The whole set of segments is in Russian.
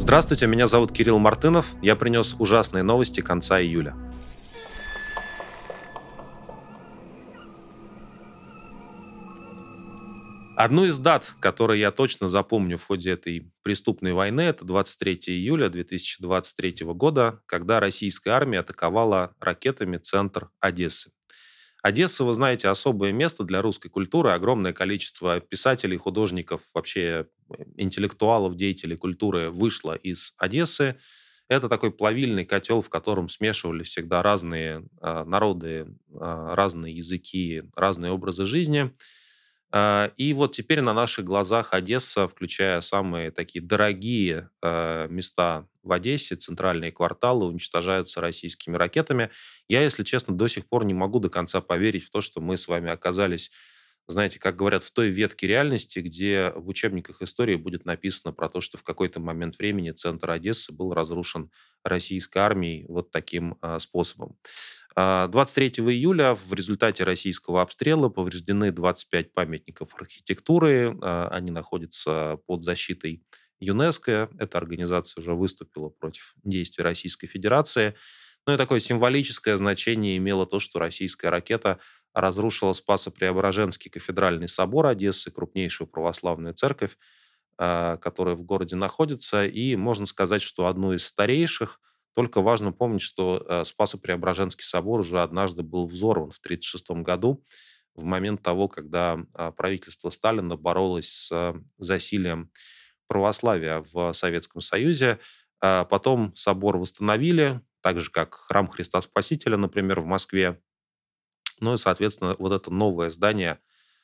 Здравствуйте, меня зовут Кирилл Мартынов. Я принес ужасные новости конца июля. Одну из дат, которые я точно запомню в ходе этой преступной войны, это 23 июля 2023 года, когда российская армия атаковала ракетами центр Одессы. Одесса, вы знаете, особое место для русской культуры. Огромное количество писателей, художников, вообще интеллектуалов, деятелей культуры вышло из Одессы. Это такой плавильный котел, в котором смешивали всегда разные народы, разные языки, разные образы жизни. И вот теперь на наших глазах Одесса, включая самые такие дорогие места в Одессе, центральные кварталы, уничтожаются российскими ракетами. Я, если честно, до сих пор не могу до конца поверить в то, что мы с вами оказались, знаете, как говорят, в той ветке реальности, где в учебниках истории будет написано про то, что в какой-то момент времени центр Одессы был разрушен российской армией вот таким способом. 23 июля в результате российского обстрела повреждены 25 памятников архитектуры. Они находятся под защитой ЮНЕСКО. Эта организация уже выступила против действий Российской Федерации. Ну и такое символическое значение имело то, что российская ракета разрушила Спасо-Преображенский кафедральный собор Одессы, крупнейшую православную церковь, которая в городе находится. И можно сказать, что одну из старейших. Только важно помнить, что Спасо-Преображенский собор уже однажды был взорван в 1936 году, в момент того, когда правительство Сталина боролось с засилием православия в Советском Союзе. Потом собор восстановили, так же, как храм Христа Спасителя, например, в Москве. Ну и, соответственно, вот это новое здание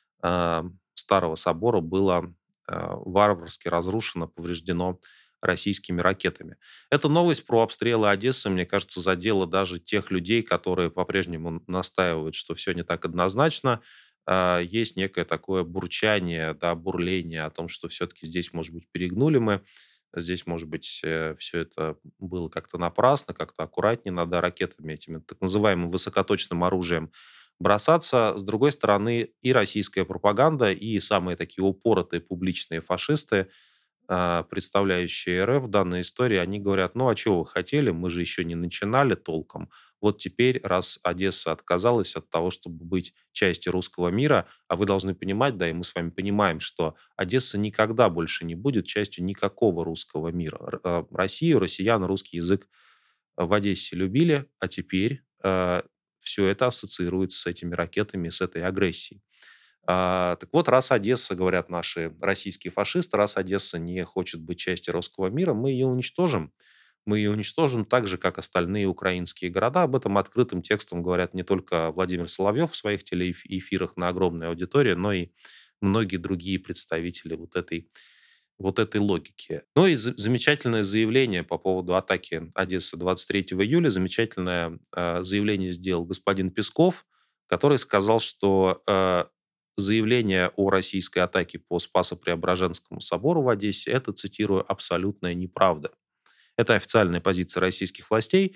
старого собора было варварски разрушено, повреждено российскими ракетами. Эта новость про обстрелы Одессы, мне кажется, задела даже тех людей, которые по-прежнему настаивают, что все не так однозначно. Есть некое такое бурчание, да, бурление о том, что все-таки здесь, может быть, перегнули мы, здесь, может быть, все это было как-то напрасно, как-то аккуратнее надо ракетами, этими так называемым высокоточным оружием бросаться. С другой стороны, и российская пропаганда, и самые такие упоротые публичные фашисты, представляющие РФ в данной истории, они говорят, ну а чего вы хотели, мы же еще не начинали толком. Вот теперь, раз Одесса отказалась от того, чтобы быть частью русского мира, а вы должны понимать, да, и мы с вами понимаем, что Одесса никогда больше не будет частью никакого русского мира. Россию, россиян, русский язык в Одессе любили, а теперь все это ассоциируется с этими ракетами, с этой агрессией. Так вот, раз Одесса, говорят наши российские фашисты, раз Одесса не хочет быть частью русского мира, мы ее уничтожим. Мы ее уничтожим так же, как остальные украинские города. Об этом открытым текстом говорят не только Владимир Соловьев в своих телеэфирах на огромной аудитории, но и многие другие представители вот этой логики. Ну и замечательное заявление по поводу атаки Одессы 23 июля. Замечательное заявление сделал господин Песков, который сказал, что заявление о российской атаке по Спасо-Преображенскому собору в Одессе — это, цитирую, абсолютная неправда. Это официальная позиция российских властей.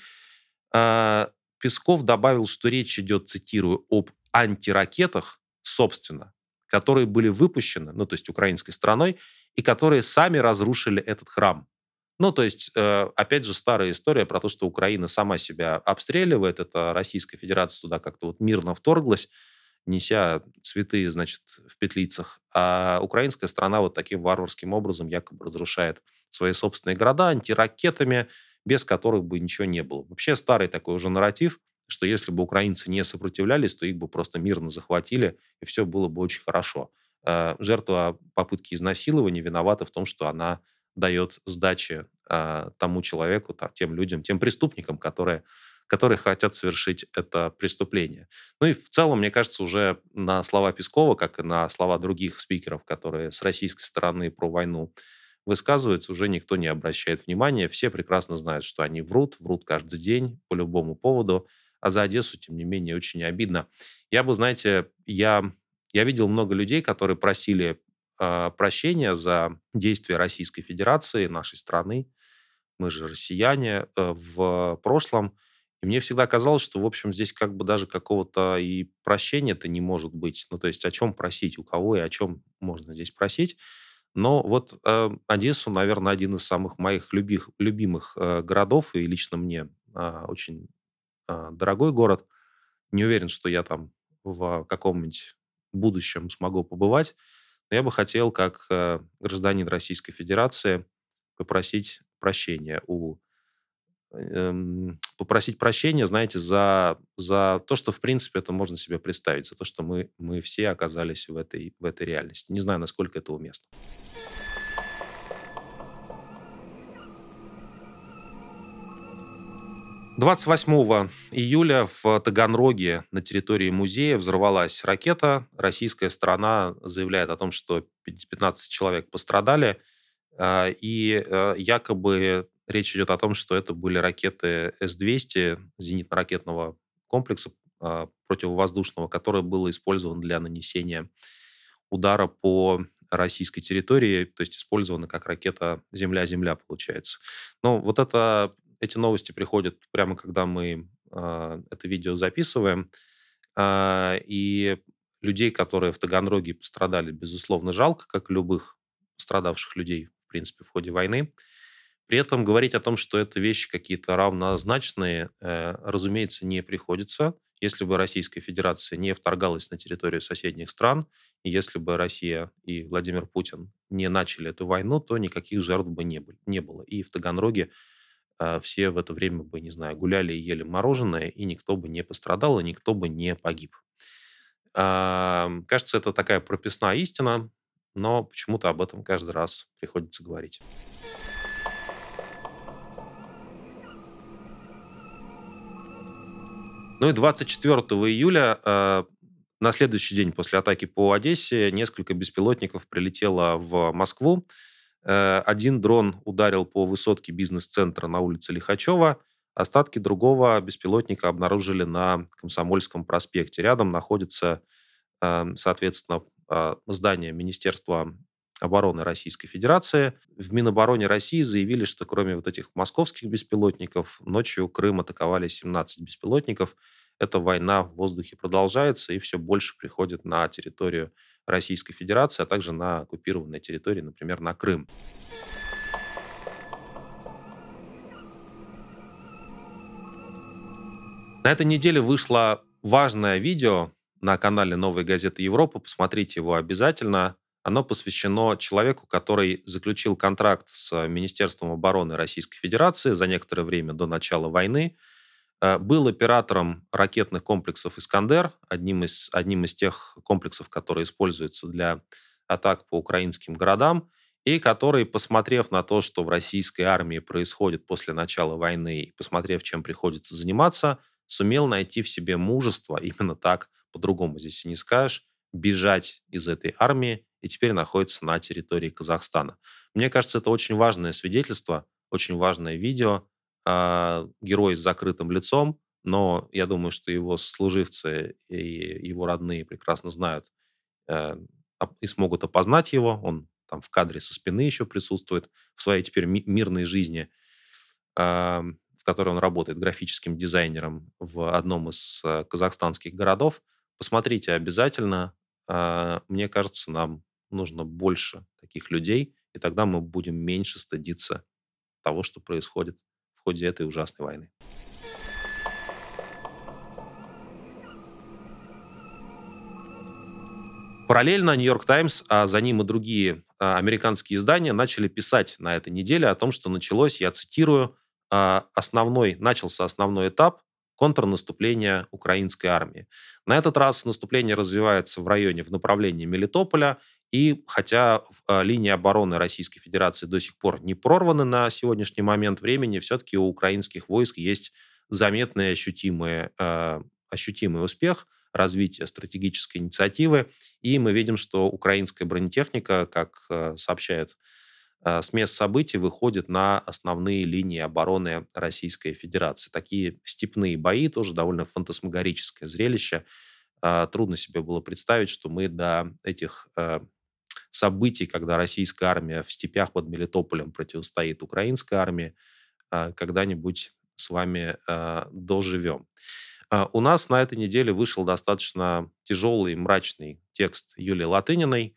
Песков добавил, что речь идет, цитирую, об антиракетах, собственно, которые были выпущены, ну, то есть украинской стороной, и которые сами разрушили этот храм. Ну, то есть, опять же, старая история про то, что Украина сама себя обстреливает, это Российская Федерация туда как-то вот мирно вторглась, неся цветы, значит, в петлицах, а украинская страна вот таким варварским образом якобы разрушает свои собственные города антиракетами, без которых бы ничего не было. Вообще старый такой уже нарратив, что если бы украинцы не сопротивлялись, то их бы просто мирно захватили, и все было бы очень хорошо. Жертва попытки изнасилования виновата в том, что она дает сдачи тому человеку, тем людям, тем преступникам, которые хотят совершить это преступление. Ну и в целом, мне кажется, уже на слова Пескова, как и на слова других спикеров, которые с российской стороны про войну высказываются, уже никто не обращает внимания. Все прекрасно знают, что они врут каждый день по любому поводу, а за Одессу, тем не менее, очень обидно. Я бы, знаете, я видел много людей, которые просили прощения за действия Российской Федерации, нашей страны. Мы же россияне в прошлом. И мне всегда казалось, что, в общем, здесь как бы даже какого-то и прощения-то не может быть. Ну, то есть о чем просить, у кого и о чем можно здесь просить. Но вот Одессу, наверное, один из самых моих любимых городов, и лично мне очень дорогой город. Не уверен, что я там в каком-нибудь будущем смогу побывать. Но я бы хотел, как гражданин Российской Федерации, попросить прощения попросить прощения, знаете, за то, что, в принципе, это можно себе представить, за то, что мы все оказались в этой реальности. Не знаю, насколько это уместно. 28 июля в Таганроге на территории музея взорвалась ракета. Российская сторона заявляет о том, что 15 человек пострадали. И якобы речь идет о том, что это были ракеты С-200 зенитно-ракетного комплекса противовоздушного, который был использован для нанесения удара по российской территории, то есть использована как ракета Земля-Земля, получается. Но вот эти новости приходят прямо когда мы это видео записываем. И людей, которые в Таганроге пострадали, безусловно, жалко, как и любых пострадавших людей, в принципе, в ходе войны. При этом говорить о том, что это вещи какие-то равнозначные, разумеется, не приходится. Если бы Российская Федерация не вторгалась на территорию соседних стран, и если бы Россия и Владимир Путин не начали эту войну, то никаких жертв бы не было. И в Таганроге все в это время бы, не знаю, гуляли и ели мороженое, и никто бы не пострадал, и никто бы не погиб. Кажется, это такая прописная истина, но почему-то об этом каждый раз приходится говорить. Ну и 24 июля, на следующий день после атаки по Одессе, несколько беспилотников прилетело в Москву. Один дрон ударил по высотке бизнес-центра на улице Лихачева. Остатки другого беспилотника обнаружили на Комсомольском проспекте. Рядом находится, соответственно, здание Министерства обороны Российской Федерации. В Минобороне России заявили, что кроме вот этих московских беспилотников, ночью Крым атаковали 17 беспилотников. Эта война в воздухе продолжается и все больше приходит на территорию Российской Федерации, а также на оккупированные территории, например, на Крым. На этой неделе вышло важное видео на канале «Новой газеты Европы». Посмотрите его обязательно. Оно посвящено человеку, который заключил контракт с Министерством обороны Российской Федерации за некоторое время до начала войны. Был оператором ракетных комплексов «Искандер», одним из тех комплексов, которые используются для атак по украинским городам, и который, посмотрев на то, что в российской армии происходит после начала войны, и посмотрев, чем приходится заниматься, сумел найти в себе мужество, именно так, по-другому здесь и не скажешь, бежать из этой армии и теперь находится на территории Казахстана. Мне кажется, это очень важное свидетельство, очень важное видео, герой с закрытым лицом, но я думаю, что его сослуживцы и его родные прекрасно знают э, и смогут опознать его. Он там в кадре со спины еще присутствует в своей теперь мирной жизни, в которой он работает графическим дизайнером в одном из казахстанских городов. Посмотрите обязательно. Мне кажется, нам нужно больше таких людей, и тогда мы будем меньше стыдиться того, что происходит в ходе этой ужасной войны. Параллельно «Нью-Йорк Таймс», а за ним и другие американские издания начали писать на этой неделе о том, что началось, я цитирую, начался основной этап контрнаступления украинской армии. На этот раз наступление развивается в направлении Мелитополя, и хотя линии обороны Российской Федерации до сих пор не прорваны на сегодняшний момент времени, все-таки у украинских войск есть заметный ощутимый успех развития стратегической инициативы. И мы видим, что украинская бронетехника, как сообщают с мест событий, выходит на основные линии обороны Российской Федерации. Такие степные бои, тоже довольно фантасмагорическое зрелище. Трудно себе было представить, что мы до этих событий, когда российская армия в степях под Мелитополем противостоит украинской армии, когда-нибудь с вами доживем. У нас на этой неделе вышел достаточно тяжелый, мрачный текст Юлии Латыниной.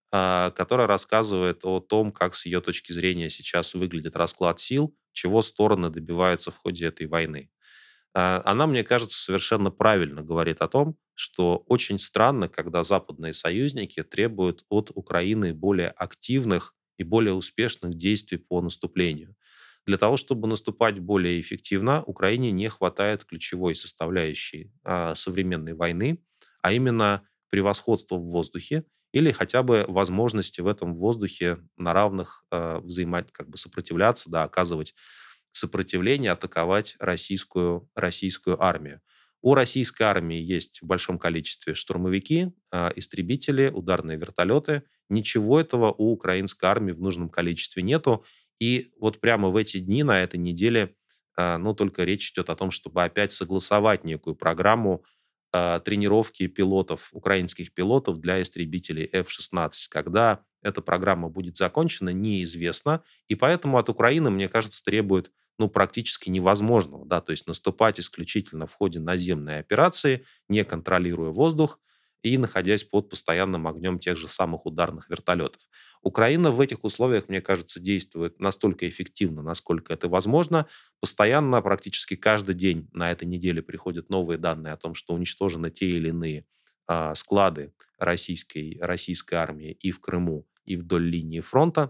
которая рассказывает о том, как с ее точки зрения сейчас выглядит расклад сил, чего стороны добиваются в ходе этой войны. Она, мне кажется, совершенно правильно говорит о том, что очень странно, когда западные союзники требуют от Украины более активных и более успешных действий по наступлению. Для того, чтобы наступать более эффективно, Украине не хватает ключевой составляющей современной войны, а именно превосходства в воздухе или хотя бы возможности в этом воздухе на равных как бы сопротивляться, да, оказывать сопротивление, атаковать российскую армию. У российской армии есть в большом количестве штурмовики, истребители, ударные вертолеты. Ничего этого у украинской армии в нужном количестве нету. И вот прямо в эти дни, на этой неделе, ну, только речь идет о том, чтобы опять согласовать некую программу тренировки пилотов, украинских пилотов для истребителей F-16. Когда эта программа будет закончена, неизвестно. И поэтому от Украины, мне кажется, требует ну, практически невозможного, да, то есть наступать исключительно в ходе наземной операции, не контролируя воздух и находясь под постоянным огнем тех же самых ударных вертолетов. Украина в этих условиях, мне кажется, действует настолько эффективно, насколько это возможно. Постоянно, практически каждый день на этой неделе приходят новые данные о том, что уничтожены те или иные склады российской армии и в Крыму, и вдоль линии фронта.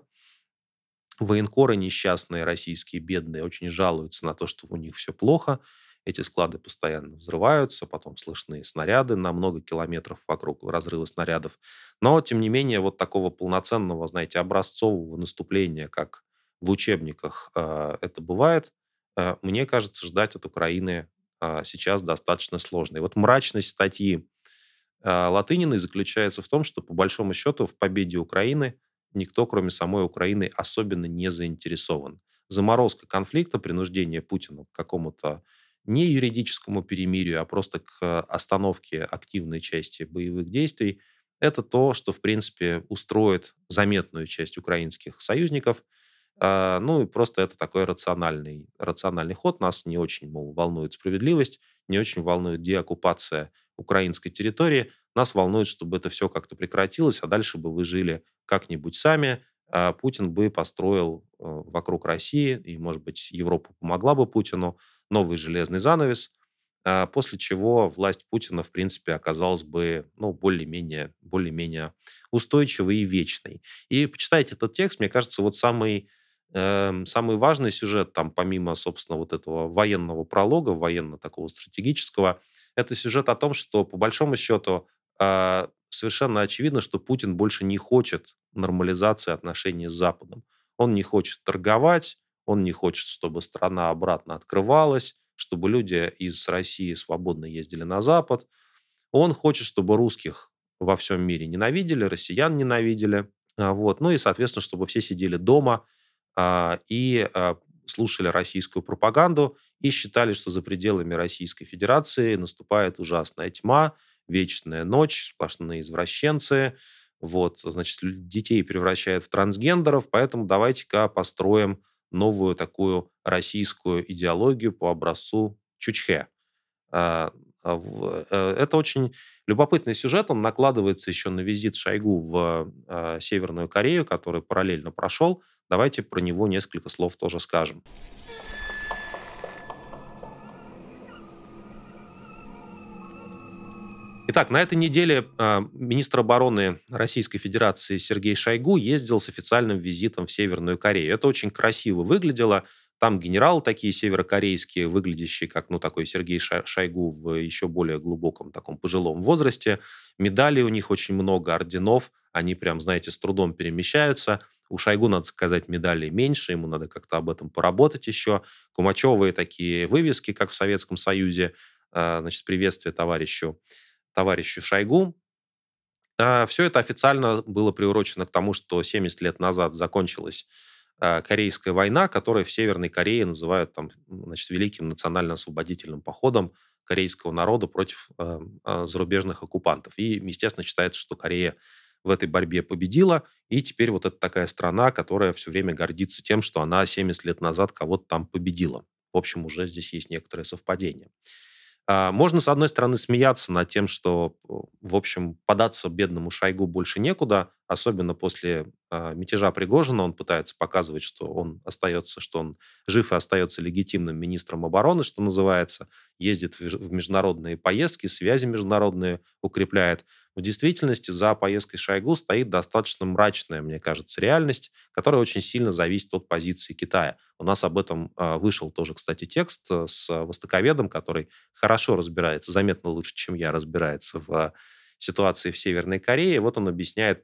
Военкоры несчастные, российские, бедные, очень жалуются на то, что у них все плохо. Эти склады постоянно взрываются, потом слышны снаряды на много километров вокруг, разрывы снарядов. Но, тем не менее, вот такого полноценного, знаете, образцового наступления, как в учебниках это бывает, мне кажется, ждать от Украины сейчас достаточно сложно. И вот мрачность статьи Латыниной заключается в том, что, по большому счету, в победе Украины никто, кроме самой Украины, особенно не заинтересован. Заморозка конфликта, принуждение Путина к какому-то не юридическому перемирию, а просто к остановке активной части боевых действий, это то, что, в принципе, устроит заметную часть украинских союзников. Ну и просто это такой рациональный ход. Нас не очень, мол, волнует справедливость, не очень волнует деоккупация украинской территории. Нас волнует, чтобы это все как-то прекратилось, а дальше бы вы жили как-нибудь сами. Путин бы построил вокруг России, и, может быть, Европа помогла бы Путину, новый железный занавес, после чего власть Путина, в принципе, оказалась бы ну, более-менее устойчивой и вечной. И почитайте этот текст, мне кажется, вот самый важный сюжет, там, помимо, собственно, вот этого военного пролога, военно-такого стратегического, это сюжет о том, что, по большому счету, совершенно очевидно, что Путин больше не хочет нормализации отношений с Западом. Он не хочет торговать, он не хочет, чтобы страна обратно открывалась, чтобы люди из России свободно ездили на Запад. Он хочет, чтобы русских во всем мире ненавидели, россиян ненавидели. Вот. Ну и, соответственно, чтобы все сидели дома и слушали российскую пропаганду и считали, что за пределами Российской Федерации наступает ужасная тьма, вечная ночь, сплошные извращенцы. Вот, значит, детей превращают в трансгендеров, поэтому давайте-ка построим новую такую российскую идеологию по образцу Чучхе. Это очень любопытный сюжет. Он накладывается еще на визит Шойгу в Северную Корею, который параллельно прошел. Давайте про него несколько слов тоже скажем. Итак, на этой неделе министр обороны Российской Федерации Сергей Шойгу ездил с официальным визитом в Северную Корею. Это очень красиво выглядело. Там генералы такие северокорейские, выглядящие как, ну, такой Сергей Шойгу в еще более глубоком таком пожилом возрасте. Медалей у них очень много, орденов. Они прям, знаете, с трудом перемещаются. У Шойгу, надо сказать, медалей меньше, ему надо как-то об этом поработать еще. Кумачевые такие вывески, как в Советском Союзе, значит, приветствие товарищу Шойгу. Все это официально было приурочено к тому, что 70 лет назад закончилась Корейская война, которую в Северной Корее называют там, значит, Великим национально-освободительным походом корейского народа против зарубежных оккупантов. И, естественно, считается, что Корея в этой борьбе победила, и теперь вот это такая страна, которая все время гордится тем, что она 70 лет назад кого-то там победила. В общем, уже здесь есть некоторое совпадение. Можно, с одной стороны, смеяться над тем, что, в общем, податься бедному Шойгу больше некуда, особенно после мятежа Пригожина. Он пытается показывать, что он остается, что он жив и остается легитимным министром обороны, что называется, ездит в международные поездки, связи международные укрепляет. В действительности за поездкой Шойгу стоит достаточно мрачная, мне кажется, реальность, которая очень сильно зависит от позиции Китая. У нас об этом вышел тоже, кстати, текст с востоковедом, который хорошо разбирается, заметно лучше, чем я, разбирается в ситуации в Северной Корее. Вот он объясняет,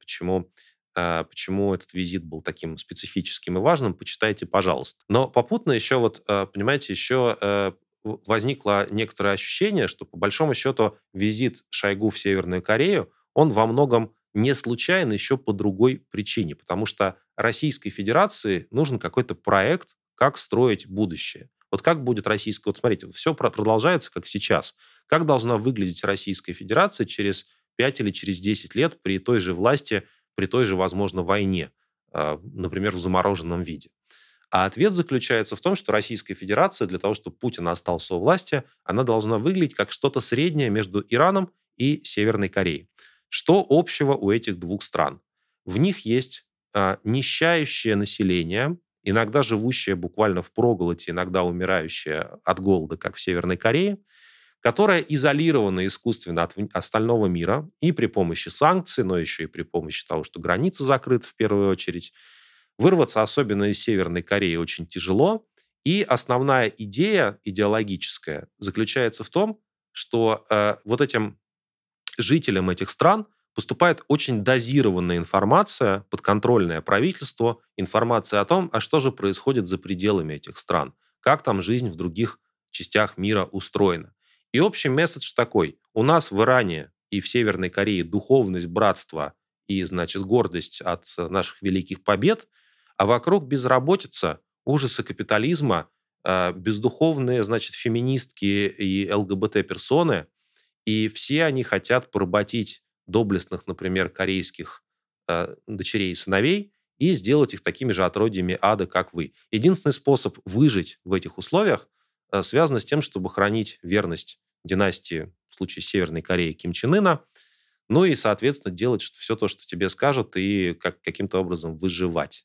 почему этот визит был таким специфическим и важным. Почитайте, пожалуйста. Но попутно еще, понимаете, еще возникло некоторое ощущение, что по большому счету визит Шойгу в Северную Корею, он во многом не случайен еще по другой причине, потому что Российской Федерации нужен какой-то проект, как строить будущее. Вот как будет российская... Вот смотрите, все продолжается, как сейчас. Как должна выглядеть Российская Федерация через 5 или через 10 лет при той же власти, при той же, возможно, войне, например, в замороженном виде? А ответ заключается в том, что Российская Федерация для того, чтобы Путин остался у власти, она должна выглядеть как что-то среднее между Ираном и Северной Кореей. Что общего у этих двух стран? В них есть нищающее население, иногда живущее буквально впроголодь, иногда умирающее от голода, как в Северной Корее, которая изолирована искусственно от остального мира и при помощи санкций, но еще и при помощи того, что границы закрыты в первую очередь. Вырваться, особенно из Северной Кореи, очень тяжело. И основная идея идеологическая заключается в том, что вот этим жителям этих стран поступает очень дозированная информация, подконтрольная правительству, информация о том, а что же происходит за пределами этих стран, как там жизнь в других частях мира устроена. И общий месседж такой. У нас в Иране и в Северной Корее духовность, братство и, значит, гордость от наших великих побед, а вокруг безработица, ужасы капитализма, бездуховные, значит, феминистки и ЛГБТ-персоны, и все они хотят поработить доблестных, например, корейских дочерей и сыновей и сделать их такими же отродьями ада, как вы. Единственный способ выжить в этих условиях связан с тем, чтобы хранить верность династии, в случае Северной Кореи, Ким Чен Ына, ну и, соответственно, делать все то, что тебе скажут, и каким-то образом выживать.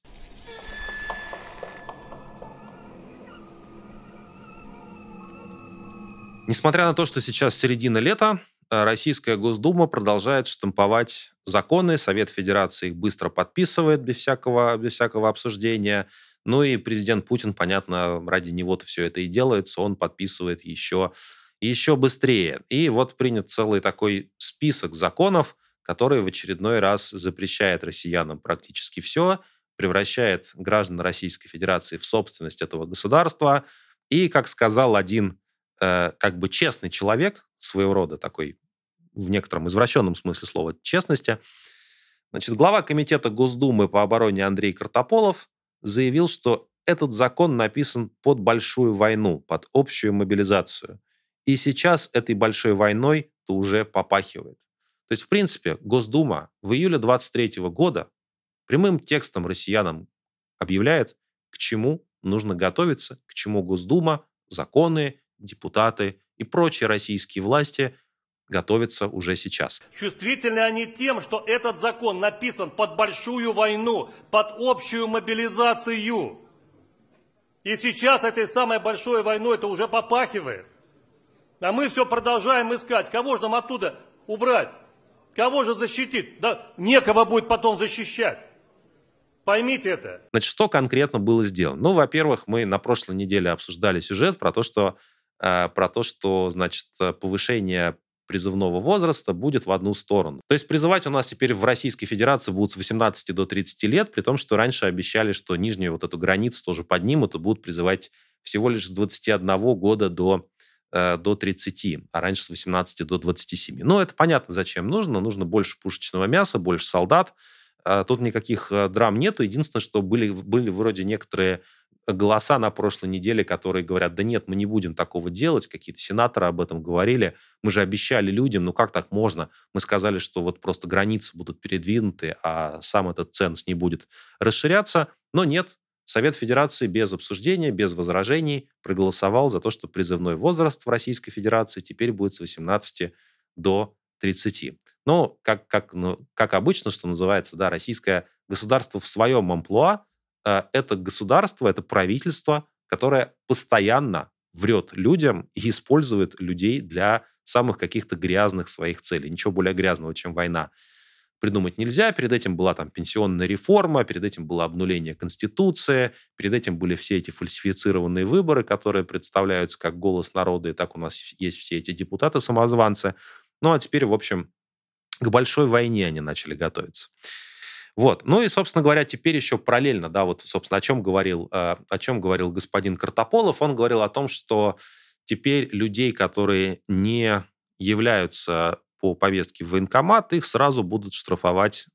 Несмотря на то, что сейчас середина лета, Российская Госдума продолжает штамповать законы, Совет Федерации их быстро подписывает без всякого обсуждения. Ну и президент Путин, понятно, ради него-то все это и делается, он подписывает еще быстрее. И вот принят целый такой список законов, который в очередной раз запрещает россиянам практически все, превращает граждан Российской Федерации в собственность этого государства. И, как сказал один как бы честный человек, своего рода такой, в некотором извращенном смысле слова, честности, значит, глава комитета Госдумы по обороне Андрей Картополов заявил, что этот закон написан под большую войну, под общую мобилизацию. И сейчас этой большой войной-то уже попахивает. То есть, в принципе, Госдума в июле 23 года прямым текстом россиянам объявляет, к чему нужно готовиться, к чему Госдума, законы, депутаты и прочие российские власти готовятся уже сейчас. Чувствительны они тем, что этот закон написан под большую войну, под общую мобилизацию. И сейчас этой самой большой войной это уже попахивает. А мы все продолжаем искать. Кого же нам оттуда убрать? Кого же защитить? Да некого будет потом защищать. Поймите это. Значит, что конкретно было сделано? Ну, во-первых, мы на прошлой неделе обсуждали сюжет про то, что значит, повышение призывного возраста будет в одну сторону. То есть призывать у нас теперь в Российской Федерации будут с 18 до 30 лет, при том, что раньше обещали, что нижнюю вот эту границу тоже поднимут и будут призывать всего лишь с 21 года до 30, а раньше с 18 до 27. Ну, это понятно, зачем нужно. Нужно больше пушечного мяса, больше солдат. Тут никаких драм нету. Единственное, что были вроде некоторые голоса на прошлой неделе, которые говорят, да нет, мы не будем такого делать, какие-то сенаторы об этом говорили, мы же обещали людям, ну как так можно? Мы сказали, что вот просто границы будут передвинуты, а сам этот ценз не будет расширяться, но нет, Совет Федерации без обсуждения, без возражений проголосовал за то, что призывной возраст в Российской Федерации теперь будет с 18 до 30. Ну, как обычно, что называется, да, российское государство в своем амплуа, это государство, это правительство, которое постоянно врет людям и использует людей для самых каких-то грязных своих целей. Ничего более грязного, чем война, придумать нельзя. Перед этим была там пенсионная реформа, перед этим было обнуление Конституции, перед этим были все эти фальсифицированные выборы, которые представляются как голос народа, и так у нас есть все эти депутаты-самозванцы. Ну, а теперь, в общем, к большой войне они начали готовиться. Вот. Ну и, собственно говоря, теперь еще параллельно, да, вот, собственно, о чем говорил господин Картополов. Он говорил о том, что теперь людей, которые не являются по повестке в военкомат, их сразу будут штрафовать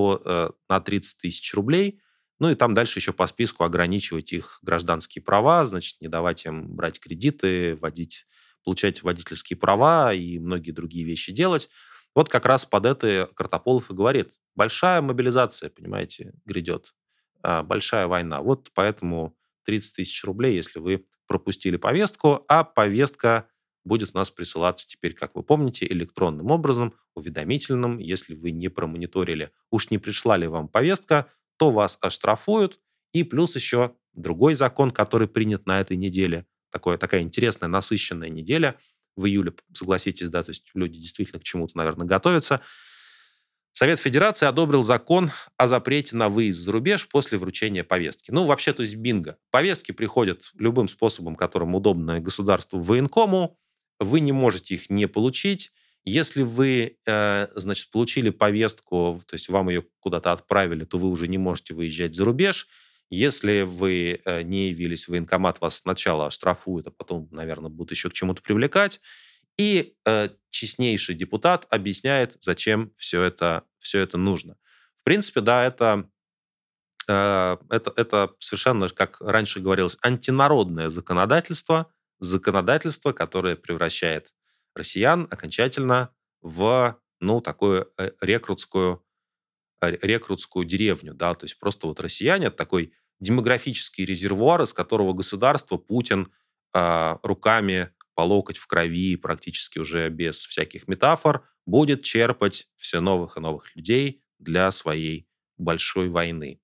на 30 тысяч рублей. Ну и там дальше еще по списку ограничивать их гражданские права, значит, не давать им брать кредиты, получать водительские права и многие другие вещи делать. Вот как раз под это Картополов и говорит. Большая мобилизация, понимаете, грядет. Большая война. Вот поэтому 30 тысяч рублей, если вы пропустили повестку, а повестка будет у нас присылаться теперь, как вы помните, электронным образом, уведомительным. Если вы не промониторили, уж не пришла ли вам повестка, то вас оштрафуют. И плюс еще другой закон, который принят на этой неделе. Такая интересная, насыщенная неделя в июле, согласитесь, да, то есть люди действительно к чему-то, наверное, готовятся. Совет Федерации одобрил закон о запрете на выезд за рубеж после вручения повестки. Ну, вообще, то есть бинго. Повестки приходят любым способом, которым удобно государству, в военкому. Вы не можете их не получить. Если вы, значит, получили повестку, то есть вам ее куда-то отправили, то вы уже не можете выезжать за рубеж. Если вы не явились в военкомат, вас сначала оштрафуют, а потом, наверное, будут еще к чему-то привлекать. И честнейший депутат объясняет, зачем все это нужно. В принципе, да, это совершенно, как раньше говорилось, антинародное законодательство, которое превращает россиян окончательно в, ну, такую рекрутскую деревню, да, то есть просто вот россияне — это такой демографический резервуар, из которого государство, Путин, руками по локоть в крови, практически уже без всяких метафор, будет черпать все новых и новых людей для своей большой войны.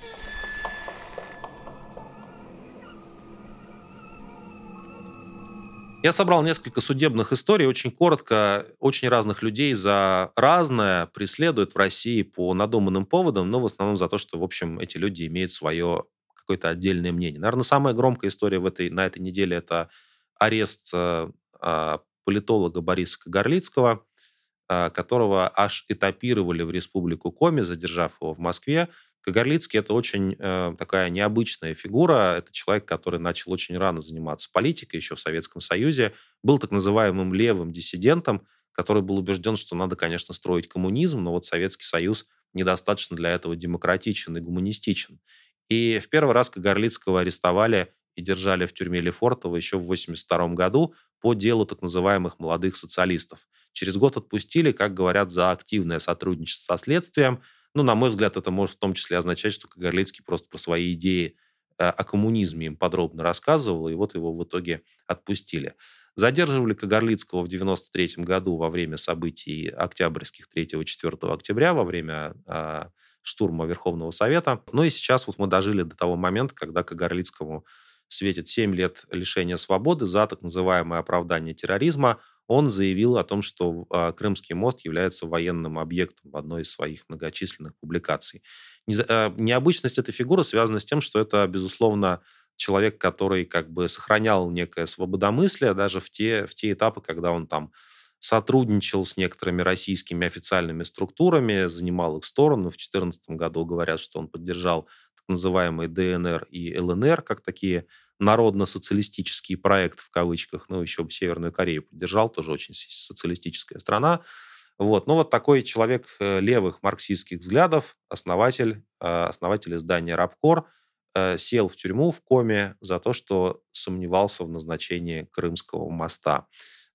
Я собрал несколько судебных историй, очень коротко. Очень разных людей за разное преследуют в России по надуманным поводам, но в основном за то, что, в общем, эти люди имеют свое какое-то отдельное мнение. Наверное, самая громкая история на этой неделе — это арест политолога Бориса Кагарлицкого, которого аж этапировали в Республику Коми, задержав его в Москве. Кагарлицкий — это очень такая необычная фигура. Это человек, который начал очень рано заниматься политикой, еще в Советском Союзе. Был так называемым левым диссидентом, который был убежден, что надо, конечно, строить коммунизм, но вот Советский Союз недостаточно для этого демократичен и гуманистичен. И в первый раз Кагарлицкого арестовали и держали в тюрьме Лефортово еще в 1982 году по делу так называемых молодых социалистов. Через год отпустили, как говорят, за активное сотрудничество со следствием. Ну, на мой взгляд, это может в том числе означать, что Кагарлицкий просто про свои идеи о коммунизме им подробно рассказывал, и вот его в итоге отпустили. Задерживали Кагарлицкого в 1993 году во время событий октябрьских 3-4 октября, во время штурма Верховного Совета. Ну и сейчас вот мы дожили до того момента, когда Кагарлицкому светит 7 лет лишения свободы за так называемое оправдание терроризма. Он заявил о том, что Крымский мост является военным объектом в одной из своих многочисленных публикаций. Необычность этой фигуры связана с тем, что это, безусловно, человек, который как бы сохранял некое свободомыслие даже в те этапы, когда он там сотрудничал с некоторыми российскими официальными структурами, занимал их сторону. В 2014 году говорят, что он поддержал так называемые ДНР и ЛНР, как такие народно-социалистические проекты в кавычках. Ну, еще бы Северную Корею поддержал, тоже очень социалистическая страна. Вот. Ну, вот такой человек левых марксистских взглядов, основатель издания «Рабкор», сел в тюрьму в Коме за то, что сомневался в назначении Крымского моста.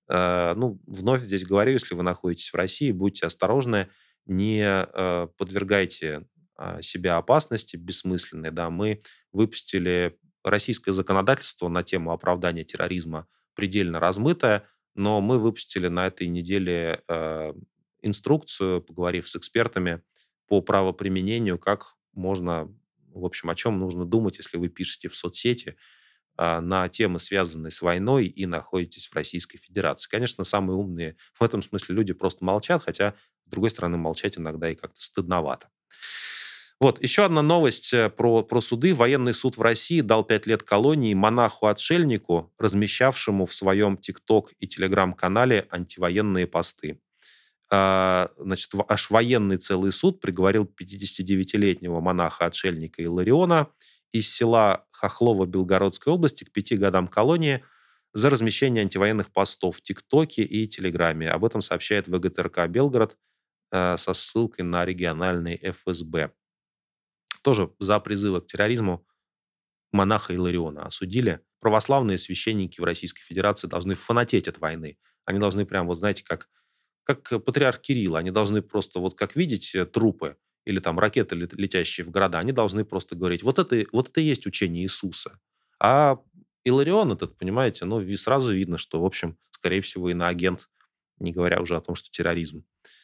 Ну, вновь здесь говорю, если вы находитесь в России, будьте осторожны, не подвергайте себя опасности бессмысленной. Да, мы выпустили российское законодательство на тему оправдания терроризма предельно размытое, но мы выпустили на этой неделе инструкцию, поговорив с экспертами по правоприменению, как можно, в общем, о чем нужно думать, если вы пишете в соцсети на темы, связанные с войной, и находитесь в Российской Федерации. Конечно, самые умные в этом смысле люди просто молчат, хотя, с другой стороны, молчать иногда и как-то стыдновато. Вот, еще одна новость про суды. Военный суд в России дал 5 лет колонии монаху-отшельнику, размещавшему в своем ТикТок и Телеграм-канале антивоенные посты. Значит, аж военный целый суд приговорил 59-летнего монаха-отшельника Илариона из села Хохлово Белгородской области к 5 годам колонии за размещение антивоенных постов в ТикТоке и Телеграме. Об этом сообщает ВГТРК Белгород со ссылкой на региональный ФСБ. Тоже за призывы к терроризму монаха Илариона осудили. Православные священники в Российской Федерации должны фанатеть от войны. Они должны прям, вот знаете, как патриарх Кирилл, они должны просто, вот как видеть трупы или там ракеты, летящие в города, они должны просто говорить, вот это и есть учение Иисуса. А Иларион этот, понимаете, ну, сразу видно, что, в общем, скорее всего, иноагент, не говоря уже о том, что терроризм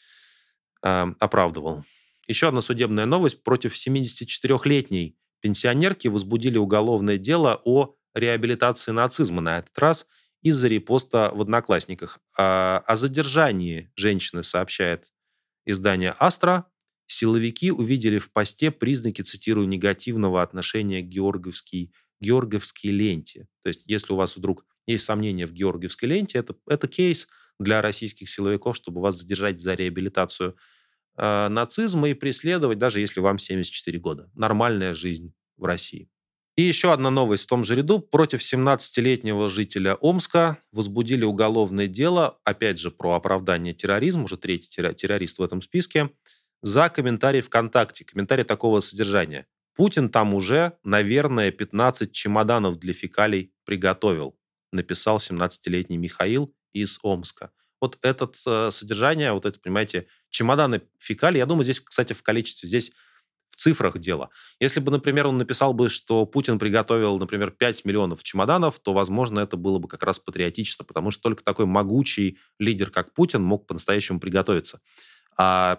оправдывал. Еще одна судебная новость. Против 74-летней пенсионерки возбудили уголовное дело о реабилитации нацизма на этот раз из-за репоста в «Одноклассниках». О задержании женщины сообщает издание «Астра». Силовики увидели в посте признаки, цитирую, негативного отношения к георгиевской ленте. То есть, если у вас вдруг есть сомнения в георгиевской ленте, это кейс для российских силовиков, чтобы вас задержать за реабилитацию нацизма и преследовать, даже если вам 74 года. Нормальная жизнь в России. И еще одна новость в том же ряду. Против 17-летнего жителя Омска возбудили уголовное дело, опять же, про оправдание терроризма, уже третий террорист в этом списке, за комментарий ВКонтакте. Комментарий такого содержания. Путин там уже, наверное, 15 чемоданов для фекалий приготовил, написал 17-летний Михаил из Омска. Вот это содержание, вот это, понимаете, чемоданы фекалий, я думаю, здесь, кстати, в количестве, здесь в цифрах дело. Если бы, например, он написал бы, что Путин приготовил, например, 5 миллионов чемоданов, то, возможно, это было бы как раз патриотично, потому что только такой могучий лидер, как Путин, мог по-настоящему приготовиться. А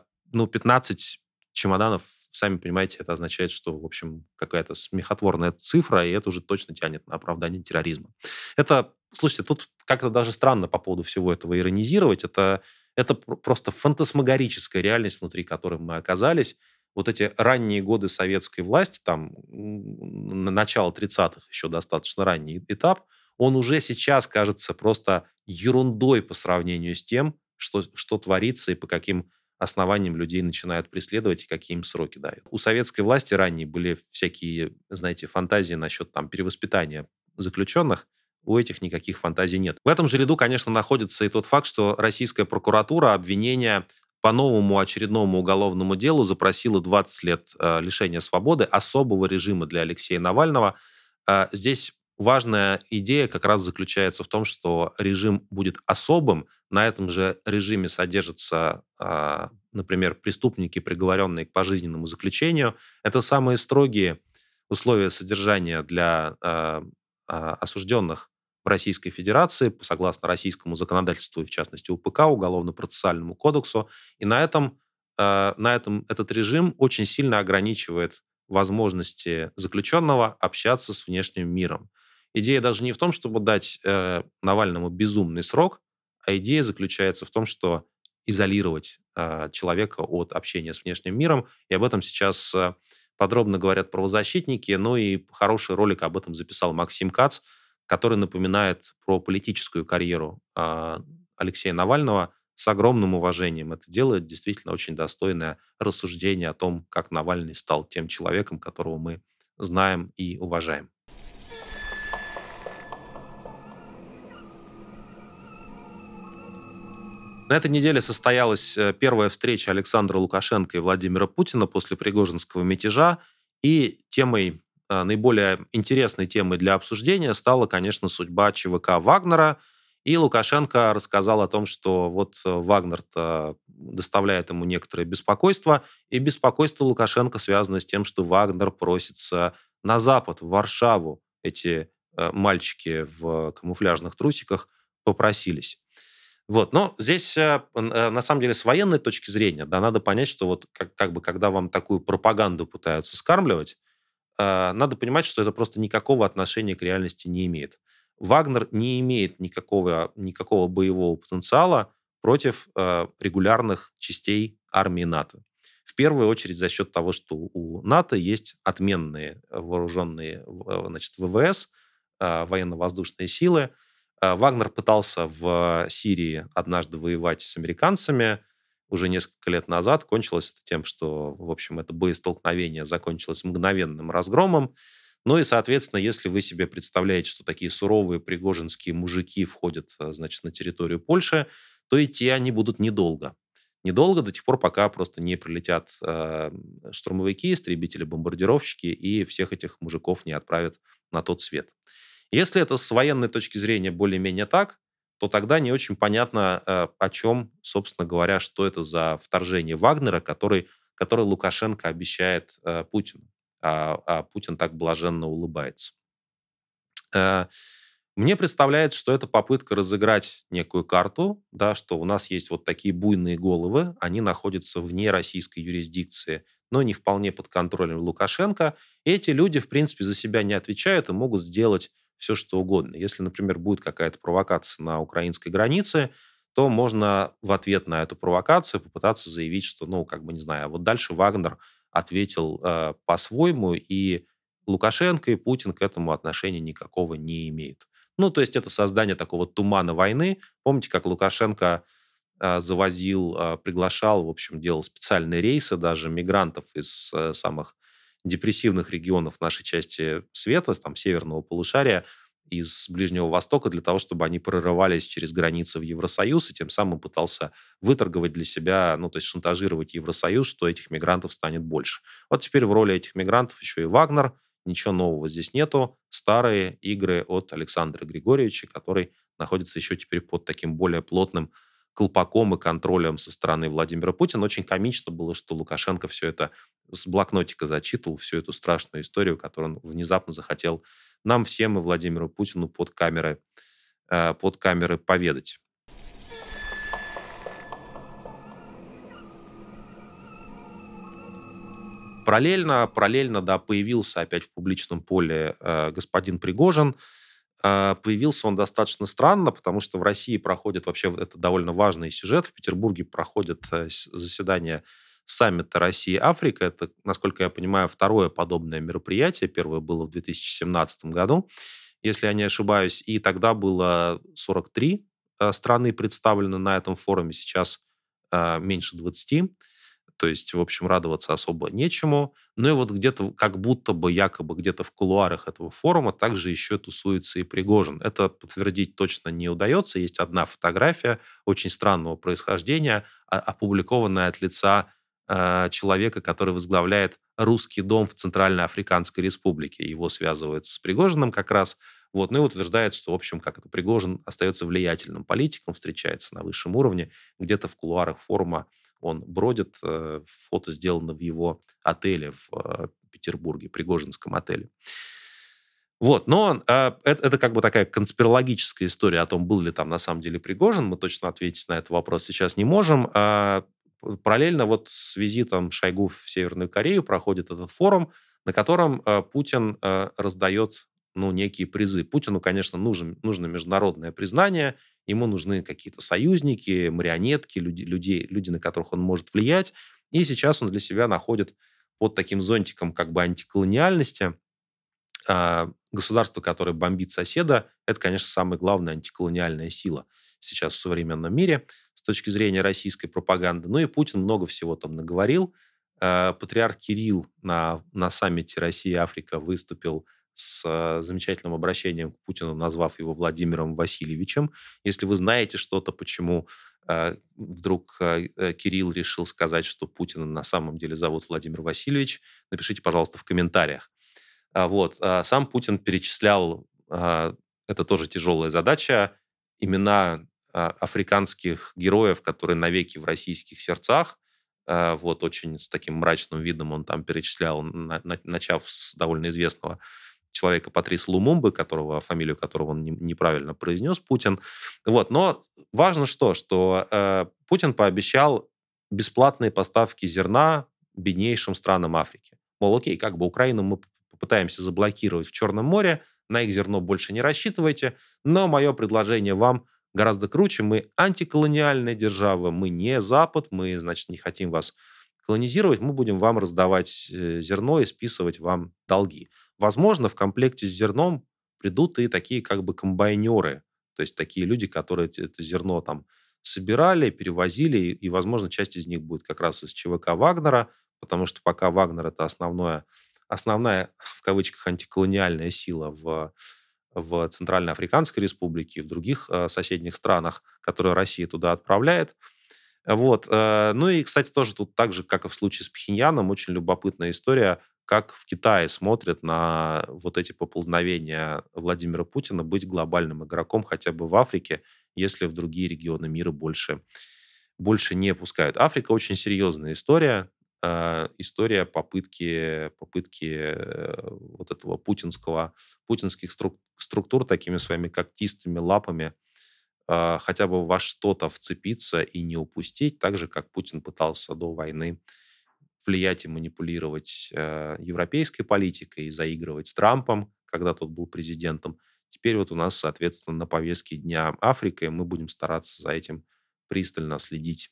15 чемоданов, сами понимаете, это означает, что, в общем, какая-то смехотворная цифра, и это уже точно тянет на оправдание терроризма. Слушайте, тут как-то даже странно по поводу всего этого иронизировать. Это просто фантасмагорическая реальность, внутри которой мы оказались. Вот эти ранние годы советской власти, там, начало 30-х, еще достаточно ранний этап, он уже сейчас кажется просто ерундой по сравнению с тем, что творится и по каким основаниям людей начинают преследовать и какие им сроки дают. У советской власти ранние были всякие, знаете, фантазии насчет там перевоспитания заключенных. У этих никаких фантазий нет. В этом же ряду, конечно, находится и тот факт, что российская прокуратура обвинения по новому очередному уголовному делу запросила 20 лет лишения свободы особого режима для Алексея Навального. Здесь важная идея как раз заключается в том, что режим будет особым. На этом же режиме содержатся, например, преступники, приговоренные к пожизненному заключению. Это самые строгие условия содержания для осужденных в Российской Федерации, согласно российскому законодательству, и в частности УПК, Уголовно-процессуальному кодексу. И на этом этот режим очень сильно ограничивает возможности заключенного общаться с внешним миром. Идея даже не в том, чтобы дать Навальному безумный срок, а идея заключается в том, что изолировать человека от общения с внешним миром. И об этом сейчас подробно говорят правозащитники. Ну и хороший ролик об этом записал Максим Кац, который напоминает про политическую карьеру Алексея Навального с огромным уважением. Это делает действительно очень достойное рассуждение о том, как Навальный стал тем человеком, которого мы знаем и уважаем. На этой неделе состоялась первая встреча Александра Лукашенко и Владимира Путина после Пригожинского мятежа. И наиболее интересной темой для обсуждения стала, конечно, судьба ЧВК Вагнера. И Лукашенко рассказал о том, что вот Вагнер-то доставляет ему некоторое беспокойство. И беспокойство Лукашенко связано с тем, что Вагнер просится на Запад, в Варшаву. Эти мальчики в камуфляжных трусиках попросились. Вот, но здесь, на самом деле, с военной точки зрения, да, надо понять, что вот как бы, когда вам такую пропаганду пытаются скармливать, надо понимать, что это просто никакого отношения к реальности не имеет. Вагнер не имеет никакого боевого потенциала против регулярных частей армии НАТО. В первую очередь за счет того, что у НАТО есть отменные вооруженные значит, ВВС, военно-воздушные силы. Вагнер пытался в Сирии однажды воевать с американцами уже несколько лет назад. Кончилось это тем, что, в общем, это боестолкновение закончилось мгновенным разгромом. Ну и, соответственно, если вы себе представляете, что такие суровые пригожинские мужики входят, значит, на территорию Польши, то идти они будут недолго. Недолго, до тех пор, пока просто не прилетят штурмовики, истребители-бомбардировщики и всех этих мужиков не отправят на тот свет. Если это с военной точки зрения более-менее так, то тогда не очень понятно, о чем, собственно говоря, что это за вторжение Вагнера, который Лукашенко обещает Путину, а Путин так блаженно улыбается. Э, Мне представляется, что это попытка разыграть некую карту, да, что у нас есть вот такие буйные головы, они находятся вне российской юрисдикции, но не вполне под контролем Лукашенко. И эти люди, в принципе, за себя не отвечают и могут сделать все, что угодно. Если, например, будет какая-то провокация на украинской границе, то можно в ответ на эту провокацию попытаться заявить, что, ну, как бы, не знаю, а вот дальше Вагнер ответил по-своему, и Лукашенко и Путин к этому отношения никакого не имеют. Ну, то есть это создание такого тумана войны. Помните, как Лукашенко завозил, приглашал, в общем, делал специальные рейсы даже мигрантов из самых депрессивных регионов нашей части света, там, северного полушария, из Ближнего Востока, для того, чтобы они прорывались через границы в Евросоюз, и тем самым пытался выторговать для себя, ну, то есть шантажировать Евросоюз, что этих мигрантов станет больше. Вот теперь в роли этих мигрантов еще и Вагнер. Ничего нового здесь нету. Старые игры от Александра Григорьевича, который находится еще теперь под таким более плотным колпаком и контролем со стороны Владимира Путина. Очень комично было, что Лукашенко все это с блокнотика зачитывал, всю эту страшную историю, которую он внезапно захотел нам всем и Владимиру Путину под камеры поведать. Параллельно, да, появился опять в публичном поле господин Пригожин. Появился он достаточно странно, потому что в России проходит вообще, это довольно важный сюжет. В Петербурге проходит заседание саммита Россия-Африка. Это, насколько я понимаю, второе подобное мероприятие. Первое было в 2017 году, если я не ошибаюсь. И тогда было 43 страны представлены на этом форуме. Сейчас меньше 20. То есть, в общем, радоваться особо нечему. Ну и вот где-то, как будто бы, якобы где-то в кулуарах этого форума также еще тусуется и Пригожин. Это подтвердить точно не удается. Есть одна фотография очень странного происхождения, опубликованная от лица человека, который возглавляет русский дом в Центральноафриканской Республике. Его связывают с Пригожиным как раз. Вот. Ну и утверждает, что, в общем, как это, Пригожин остается влиятельным политиком, встречается на высшем уровне, где-то в кулуарах форума он бродит, фото сделано в его отеле в Петербурге, Пригожинском отеле. Вот, но это как бы такая конспирологическая история о том, был ли там на самом деле Пригожин. Мы точно ответить на этот вопрос сейчас не можем. Параллельно вот с визитом Шойгу в Северную Корею проходит этот форум, на котором Путин раздает, ну, некие призы. Путину, конечно, нужно международное признание, ему нужны какие-то союзники, марионетки, люди, на которых он может влиять. И сейчас он для себя находит под таким зонтиком как бы антиколониальности государство, которое бомбит соседа. Это, конечно, самая главная антиколониальная сила сейчас в современном мире с точки зрения российской пропаганды. Ну и Путин много всего там наговорил. Патриарх Кирилл на саммите Россия-Африка выступил с замечательным обращением к Путину, назвав его Владимиром Васильевичем. Если вы знаете что-то, почему вдруг Кирилл решил сказать, что Путина на самом деле зовут Владимир Васильевич, напишите, пожалуйста, в комментариях. Вот. Сам Путин перечислял, это тоже тяжелая задача, имена африканских героев, которые навеки в российских сердцах. Вот очень с таким мрачным видом он там перечислял, начав с довольно известного человека Патрис Лумумбы, фамилию которого он неправильно произнес, Путин. Вот. Но важно что Путин пообещал бесплатные поставки зерна беднейшим странам Африки. Мол, окей, как бы Украину мы попытаемся заблокировать в Черном море, на их зерно больше не рассчитывайте, но мое предложение вам гораздо круче. Мы антиколониальная держава, мы не Запад, мы, значит, не хотим вас колонизировать, мы будем вам раздавать зерно и списывать вам долги. Возможно, в комплекте с зерном придут и такие как бы комбайнеры, то есть такие люди, которые это зерно там собирали, перевозили, и, возможно, часть из них будет как раз из ЧВК Вагнера, потому что пока Вагнер — это основная, в кавычках, антиколониальная сила в Центральноафриканской Республике и в других соседних странах, которые Россия туда отправляет. Вот. Ну и, кстати, тоже тут так же, как и в случае с Пхеньяном, очень любопытная история, как в Китае смотрят на вот эти поползновения Владимира Путина быть глобальным игроком хотя бы в Африке, если в другие регионы мира больше не пускают. Африка очень серьезная история. История попытки вот этого путинских структур такими своими когтистыми лапами хотя бы во что-то вцепиться и не упустить, так же, как Путин пытался до войны влиять и манипулировать европейской политикой, заигрывать с Трампом, когда тот был президентом. Теперь вот у нас, соответственно, на повестке дня Африка, и мы будем стараться за этим пристально следить.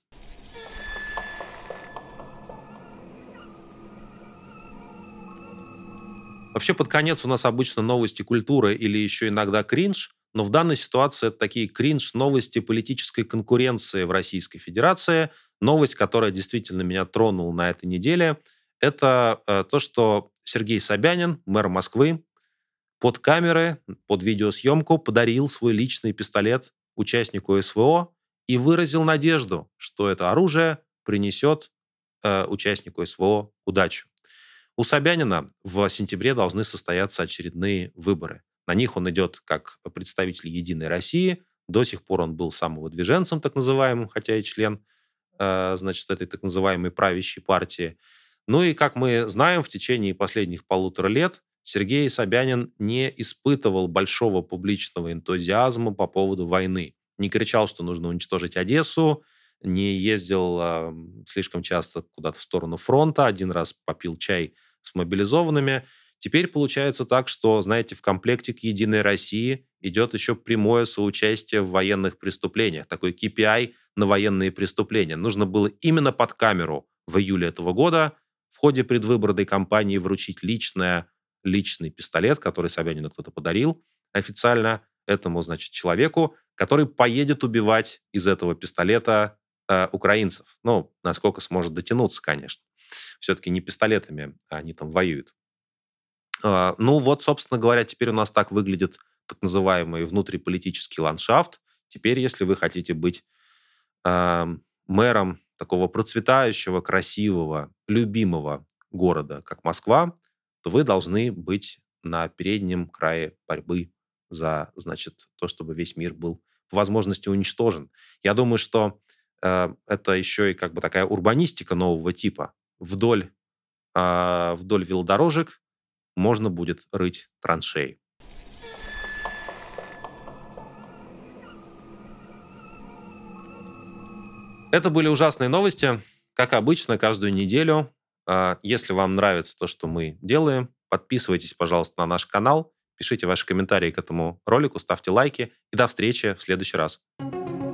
Вообще, под конец у нас обычно новости культуры или еще иногда кринж, но в данной ситуации это такие кринж-новости политической конкуренции в Российской Федерации. Новость, которая действительно меня тронула на этой неделе, это то, что Сергей Собянин, мэр Москвы, под камеры, под видеосъемку подарил свой личный пистолет участнику СВО и выразил надежду, что это оружие принесет участнику СВО удачу. У Собянина в сентябре должны состояться очередные выборы. На них он идет как представитель «Единой России». До сих пор он был самовыдвиженцем, так называемым, хотя и член, значит, этой так называемой правящей партии. Ну и, как мы знаем, в течение последних 1,5 лет Сергей Собянин не испытывал большого публичного энтузиазма по поводу войны. Не кричал, что нужно уничтожить Одессу, не ездил слишком часто куда-то в сторону фронта, один раз попил чай с мобилизованными. Теперь получается так, что, знаете, в комплекте к «Единой России» идет еще прямое соучастие в военных преступлениях, такой KPI на военные преступления. Нужно было именно под камеру в июле этого года в ходе предвыборной кампании вручить личный пистолет, который Собянину кто-то подарил официально этому, значит, человеку, который поедет убивать из этого пистолета украинцев. Ну, насколько сможет дотянуться, конечно. Все-таки не пистолетами они там воюют. Ну вот, собственно говоря, теперь у нас так выглядит так называемый внутриполитический ландшафт. Теперь, если вы хотите быть мэром такого процветающего, красивого, любимого города, как Москва, то вы должны быть на переднем крае борьбы за, значит, то, чтобы весь мир был по возможности уничтожен. Я думаю, что это еще и как бы такая урбанистика нового типа. Вдоль велодорожек можно будет рыть траншеи. Это были ужасные новости. Как обычно, каждую неделю. Если вам нравится то, что мы делаем, подписывайтесь, пожалуйста, на наш канал, пишите ваши комментарии к этому ролику, ставьте лайки. И до встречи в следующий раз.